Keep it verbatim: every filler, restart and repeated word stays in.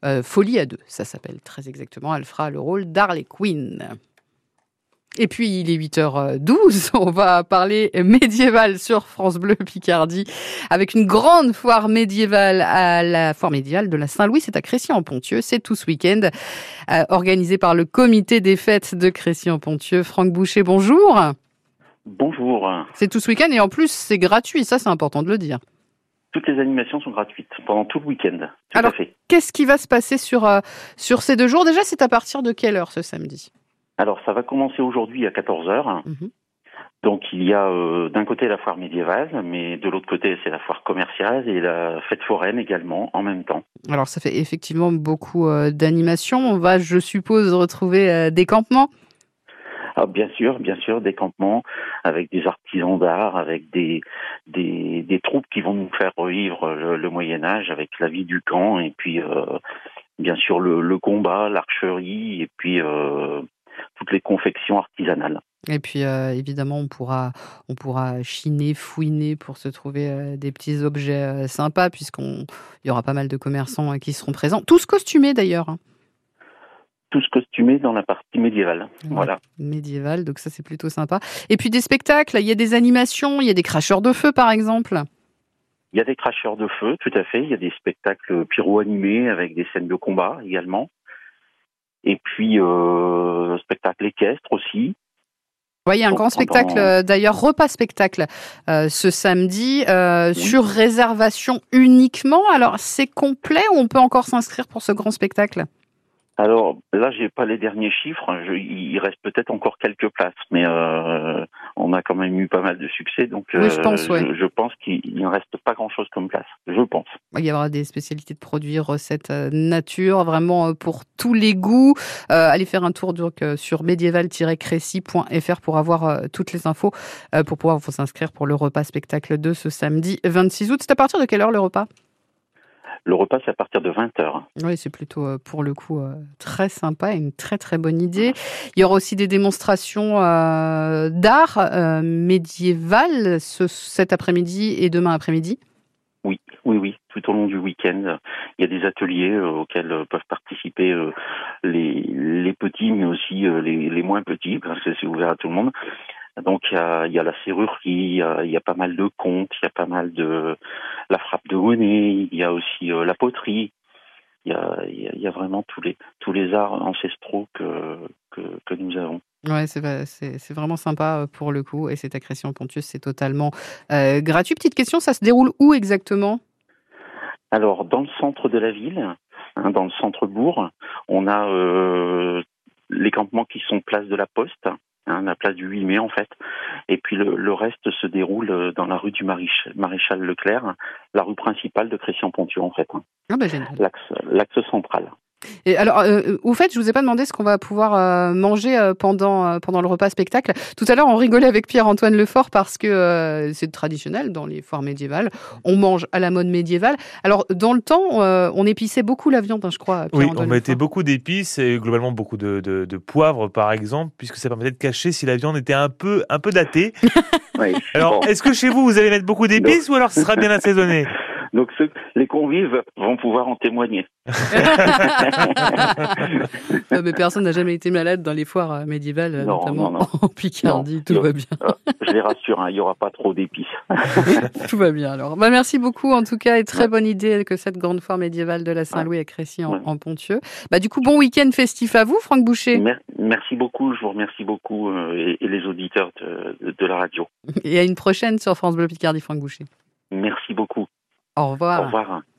Euh, Folie à deux, ça s'appelle très exactement. Elle fera le rôle d'Harley Quinn. Et puis, il est huit heures douze, on va parler médiéval sur France Bleu Picardie avec une grande foire médiévale à la foire médiévale de la Saint-Louis. C'est à Crécy-en-Ponthieu, c'est tout ce week-end, euh, organisé par le comité des fêtes de Crécy-en-Ponthieu. Franck Boucher, bonjour. Bonjour. C'est tout ce week-end et en plus, c'est gratuit, ça c'est important de le dire. Toutes les animations sont gratuites pendant tout le week-end. Tout Alors, à fait. Qu'est-ce qui va se passer sur, euh, sur ces deux jours? Déjà, c'est à partir de quelle heure ce samedi? Alors, ça va commencer aujourd'hui à quatorze heures. Mmh. Donc, il y a euh, d'un côté la foire médiévale, mais de l'autre côté, c'est la foire commerciale et la fête foraine également en même temps. Alors, ça fait effectivement beaucoup euh, d'animations. On va, je suppose, retrouver euh, des campements. Ah, bien sûr, bien sûr, des campements avec des artisans d'art, avec des, des, des troupes qui vont nous faire revivre le, le Moyen-Âge avec la vie du camp et puis, euh, bien sûr, le, le combat, l'archerie et puis... Euh, toutes les confections artisanales. Et puis euh, évidemment on pourra on pourra chiner, fouiner pour se trouver euh, des petits objets euh, sympas puisqu'on il y aura pas mal de commerçants euh, qui seront présents, tous costumés d'ailleurs. Hein. Tous costumés dans la partie médiévale. Ouais, voilà. Médiévale, donc ça c'est plutôt sympa. Et puis des spectacles, il y a des animations, il y a des cracheurs de feu par exemple. Il y a des cracheurs de feu, tout à fait. Il y a des spectacles pyro-animés avec des scènes de combat également. Et puis, euh, spectacle équestre aussi. Oui, il y a un Donc, grand spectacle, pendant... d'ailleurs, repas spectacle euh, ce samedi, euh, oui. sur réservation uniquement. Alors, c'est complet ou on peut encore s'inscrire pour ce grand spectacle ? Alors, là, j'ai pas les derniers chiffres. Je, il reste peut-être encore quelques places, mais euh, on a quand même eu pas mal de succès. Donc, oui, je pense, euh, ouais. je, je pense qu'il ne reste pas grand-chose comme place. Je pense. Il y aura des spécialités de produits, recettes euh, nature, vraiment euh, pour tous les goûts. Euh, allez faire un tour donc, euh, sur médiéval tiret crécy point f r pour avoir euh, toutes les infos, euh, pour pouvoir vous s'inscrire pour le repas spectacle de ce samedi vingt-six août. C'est à partir de quelle heure le repas ? Le repas, c'est à partir de vingt heures. Oui, c'est plutôt, euh, pour le coup, euh, très sympa et une très, très bonne idée. Il y aura aussi des démonstrations euh, d'art euh, médiéval ce, cet après-midi et demain après-midi. Oui, oui, oui, tout au long du week-end. Il y a des ateliers euh, auxquels euh, peuvent participer euh, les, les petits, mais aussi euh, les, les moins petits, parce que c'est ouvert à tout le monde. Donc il y a, il y a la serrurerie, il y a, il y a pas mal de contes, il y a pas mal de la frappe de monnaie, il y a aussi euh, la poterie, il y a, il y a, il y a vraiment tous les tous les arts ancestraux que que, que nous avons. Ouais, c'est, c'est c'est vraiment sympa pour le coup et c'est à Crécy-en-Ponthieu, c'est totalement euh, gratuit. Petite question, ça se déroule où exactement ? Alors dans le centre de la ville, hein, dans le centre-bourg, on a euh, les campements qui sont place de la Poste. Hein, la place du huit mai en fait, et puis le, le reste se déroule dans la rue du Maréch- Maréchal Leclerc, la rue principale de Crécy-en-Ponthieu en fait. Ah bah génial. L'axe, l'axe central. Et alors, euh, au fait, je vous ai pas demandé ce qu'on va pouvoir euh, manger euh, pendant euh, pendant le repas spectacle. Tout à l'heure, on rigolait avec Pierre-Antoine Lefort parce que euh, c'est traditionnel dans les foires médiévales. On mange à la mode médiévale. Alors, dans le temps, euh, on épissait beaucoup la viande, hein, je crois. Oui, on mettait beaucoup d'épices et globalement beaucoup de, de, de poivre, par exemple, puisque ça permettait de cacher si la viande était un peu un peu datée. Oui. Alors, bon. Est-ce que chez vous, vous allez mettre beaucoup d'épices non. ou alors ce sera bien assaisonné ? Donc ceux, les convives vont pouvoir en témoigner. Non, mais personne n'a jamais été malade dans les foires médiévales, non, notamment non, non. en Picardie, non, tout va bien. Je les rassure, hein, il n'y aura pas trop d'épices. Tout va bien alors. Bah, merci beaucoup en tout cas et très ouais. bonne idée que cette grande foire médiévale de la Saint-Louis ouais. à Crécy en, ouais. en Ponthieu. Bah, du coup, bon week-end festif à vous, Franck Boucher. Mer- merci beaucoup, je vous remercie beaucoup euh, et, et les auditeurs de, de, de la radio. Et à une prochaine sur France Bleu Picardie, Franck Boucher. Merci beaucoup. Au revoir. Au revoir.